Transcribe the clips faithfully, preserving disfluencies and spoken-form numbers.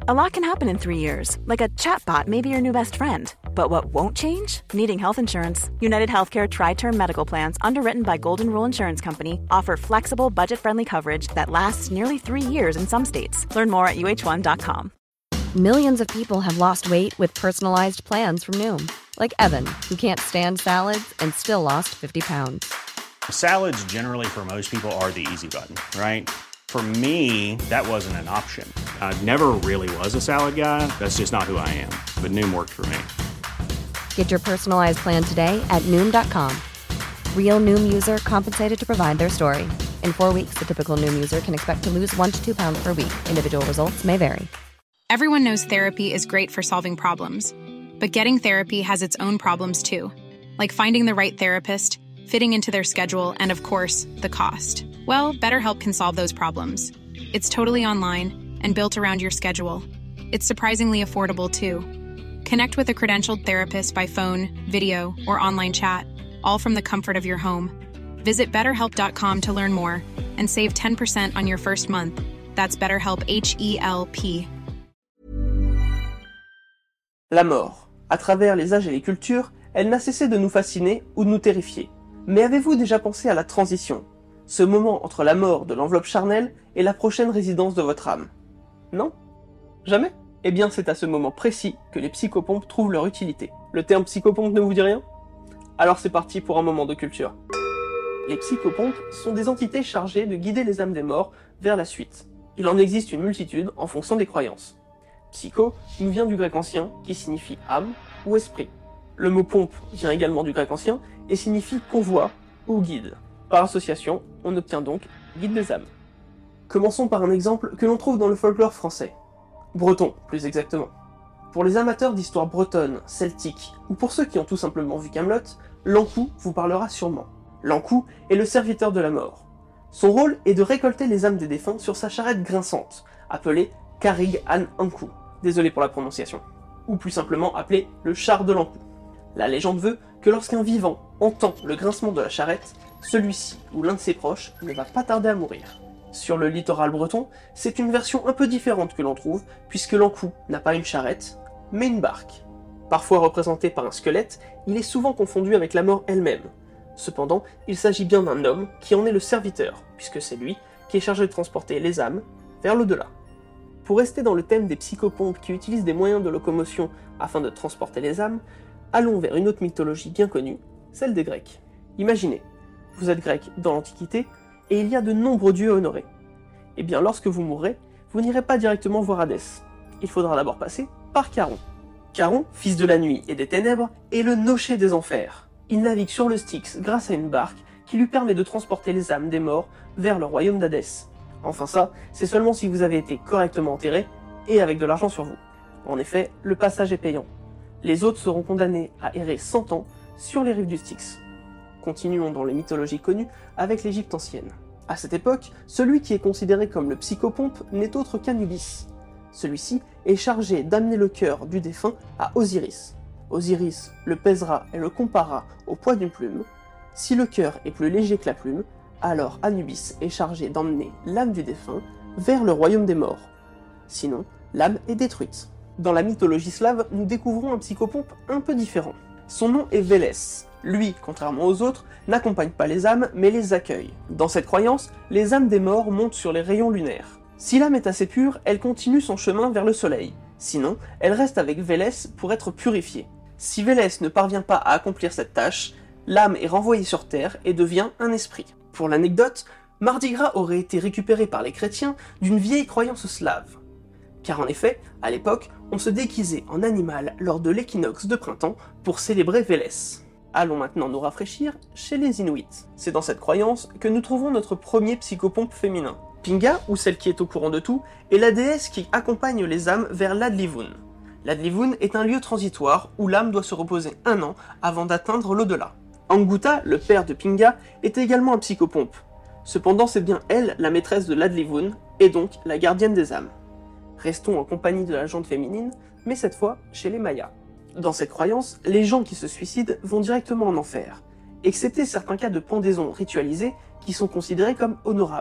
A lot can happen in three years, like a chatbot may be your new best friend. But what won't change? Needing health insurance. United Healthcare Tri-Term Medical Plans, underwritten by Golden Rule Insurance Company, offer flexible, budget-friendly coverage that lasts nearly three years in some states. Learn more at U H one dot com. Millions of people have lost weight with personalized plans from Noom. Like Evan, who can't stand salads and still lost fifty pounds. Salads generally for most people are the easy button, right? For me, that wasn't an option. I never really was a salad guy. That's just not who I am. But Noom worked for me. Get your personalized plan today at Noom dot com. Real Noom user compensated to provide their story. In four weeks, the typical Noom user can expect to lose one to two pounds per week. Individual results may vary. Everyone knows therapy is great for solving problems. But getting therapy has its own problems too. Like finding the right therapist, fitting into their schedule, and of course, the cost. Well, BetterHelp can solve those problems. It's totally online and built around your schedule. It's surprisingly affordable too. Connect with a credentialed therapist by phone, video, or online chat, all from the comfort of your home. Visit better help dot com to learn more and save ten percent on your first month. That's BetterHelp, H E L P. La mort, à travers les âges et les cultures, elle n'a cessé de nous fasciner ou de nous terrifier. Mais avez-vous déjà pensé à la transition ? Ce moment entre la mort de l'enveloppe charnelle et la prochaine résidence de votre âme. Non ? Jamais ? Eh bien c'est à ce moment précis que les psychopompes trouvent leur utilité. Le terme psychopompe ne vous dit rien ? Alors c'est parti pour un moment de culture. Les psychopompes sont des entités chargées de guider les âmes des morts vers la suite. Il en existe une multitude en fonction des croyances. Psycho nous vient du grec ancien qui signifie âme ou esprit. Le mot pompe vient également du grec ancien et signifie convoi ou guide. Par association, on obtient donc guide des âmes. Commençons par un exemple que l'on trouve dans le folklore français. Breton, plus exactement. Pour les amateurs d'histoire bretonne, celtique, ou pour ceux qui ont tout simplement vu Kaamelott, l'Ankou vous parlera sûrement. L'Ankou est le serviteur de la mort. Son rôle est de récolter les âmes des défunts sur sa charrette grinçante, appelée Carrig an Ankou, désolé pour la prononciation, ou plus simplement appelé le char de l'Ankou. La légende veut que lorsqu'un vivant entend le grincement de la charrette, celui-ci ou l'un de ses proches ne va pas tarder à mourir. Sur le littoral breton, c'est une version un peu différente que l'on trouve, puisque l'Ankou n'a pas une charrette, mais une barque. Parfois représenté par un squelette, il est souvent confondu avec la mort elle-même. Cependant, il s'agit bien d'un homme qui en est le serviteur, puisque c'est lui qui est chargé de transporter les âmes vers l'au-delà. Pour rester dans le thème des psychopompes qui utilisent des moyens de locomotion afin de transporter les âmes, allons vers une autre mythologie bien connue, celle des Grecs. Imaginez, vous êtes grec dans l'Antiquité, et il y a de nombreux dieux à honorer. Et bien lorsque vous mourrez, vous n'irez pas directement voir Hadès. Il faudra d'abord passer par Charon. Charon, fils de la nuit et des ténèbres, est le nocher des enfers. Il navigue sur le Styx grâce à une barque qui lui permet de transporter les âmes des morts vers le royaume d'Hadès. Enfin ça, c'est seulement si vous avez été correctement enterré et avec de l'argent sur vous. En effet, le passage est payant. Les autres seront condamnés à errer cent ans sur les rives du Styx. Continuons dans les mythologies connues avec l'Égypte ancienne. À cette époque, celui qui est considéré comme le psychopompe n'est autre qu'Anubis. Celui-ci est chargé d'amener le cœur du défunt à Osiris. Osiris le pèsera et le comparera au poids d'une plume. Si le cœur est plus léger que la plume, alors Anubis est chargé d'emmener l'âme du défunt vers le royaume des morts. Sinon, l'âme est détruite. Dans la mythologie slave, nous découvrons un psychopompe un peu différent. Son nom est Vélès. Lui, contrairement aux autres, n'accompagne pas les âmes, mais les accueille. Dans cette croyance, les âmes des morts montent sur les rayons lunaires. Si l'âme est assez pure, elle continue son chemin vers le soleil. Sinon, elle reste avec Vélès pour être purifiée. Si Vélès ne parvient pas à accomplir cette tâche, l'âme est renvoyée sur Terre et devient un esprit. Pour l'anecdote, Mardi Gras aurait été récupéré par les chrétiens d'une vieille croyance slave. Car en effet, à l'époque, on se déguisait en animal lors de l'équinoxe de printemps pour célébrer Vélès. Allons maintenant nous rafraîchir chez les Inuits. C'est dans cette croyance que nous trouvons notre premier psychopompe féminin. Pinga, ou celle qui est au courant de tout, est la déesse qui accompagne les âmes vers l'Adlivun. L'Adlivun est un lieu transitoire où l'âme doit se reposer un an avant d'atteindre l'au-delà. Anguta, le père de Pinga, est également un psychopompe. Cependant, c'est bien elle la maîtresse de l'Adlivun, et donc la gardienne des âmes. Restons en compagnie de la jante féminine, mais cette fois chez les Mayas. Dans cette croyance, les gens qui se suicident vont directement en enfer, excepté certains cas de pendaison ritualisée qui sont considérés comme honorables.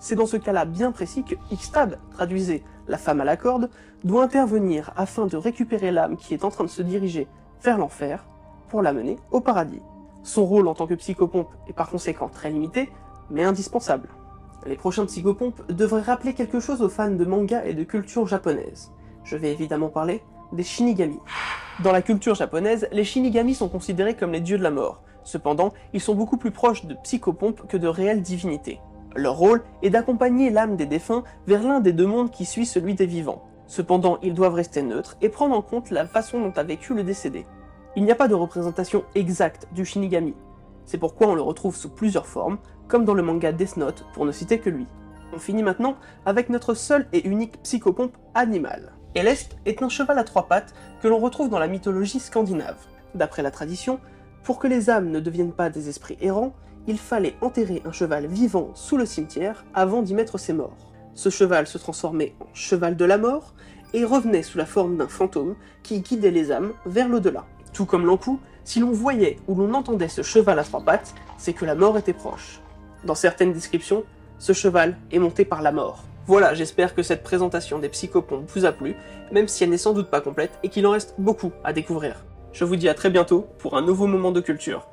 C'est dans ce cas-là bien précis que Ixtab, traduisez la femme à la corde, doit intervenir afin de récupérer l'âme qui est en train de se diriger vers l'enfer pour l'amener au paradis. Son rôle en tant que psychopompe est par conséquent très limité, mais indispensable. Les prochains psychopompes devraient rappeler quelque chose aux fans de manga et de culture japonaise. Je vais évidemment parler des Shinigami. Dans la culture japonaise, les Shinigami sont considérés comme les dieux de la mort. Cependant, ils sont beaucoup plus proches de psychopompes que de réelles divinités. Leur rôle est d'accompagner l'âme des défunts vers l'un des deux mondes qui suit celui des vivants. Cependant, ils doivent rester neutres et prendre en compte la façon dont a vécu le décédé. Il n'y a pas de représentation exacte du Shinigami. C'est pourquoi on le retrouve sous plusieurs formes, comme dans le manga Death Note, pour ne citer que lui. On finit maintenant avec notre seul et unique psychopompe animal. Elesp est un cheval à trois pattes que l'on retrouve dans la mythologie scandinave. D'après la tradition, pour que les âmes ne deviennent pas des esprits errants, il fallait enterrer un cheval vivant sous le cimetière avant d'y mettre ses morts. Ce cheval se transformait en cheval de la mort et revenait sous la forme d'un fantôme qui guidait les âmes vers l'au-delà. Tout comme l'Ankou, si l'on voyait ou l'on entendait ce cheval à trois pattes, c'est que la mort était proche. Dans certaines descriptions, ce cheval est monté par la mort. Voilà, j'espère que cette présentation des psychopompes vous a plu, même si elle n'est sans doute pas complète et qu'il en reste beaucoup à découvrir. Je vous dis à très bientôt pour un nouveau moment de culture.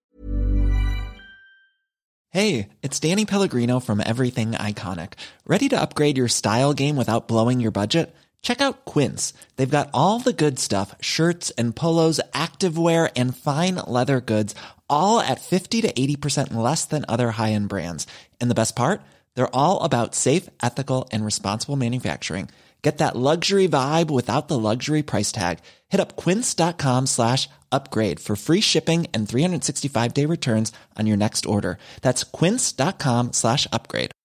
Hey, it's Danny Pellegrino from Everything Iconic. Ready to upgrade your style game without blowing your budget? Check out Quince. They've got all the good stuff, shirts and polos, activewear, and fine leather goods, all at fifty to eighty percent less than other high-end brands. And the best part? They're all about safe, ethical, and responsible manufacturing. Get that luxury vibe without the luxury price tag. Hit up quince.com slash upgrade for free shipping and three sixty-five day returns on your next order. That's quince.com slash upgrade.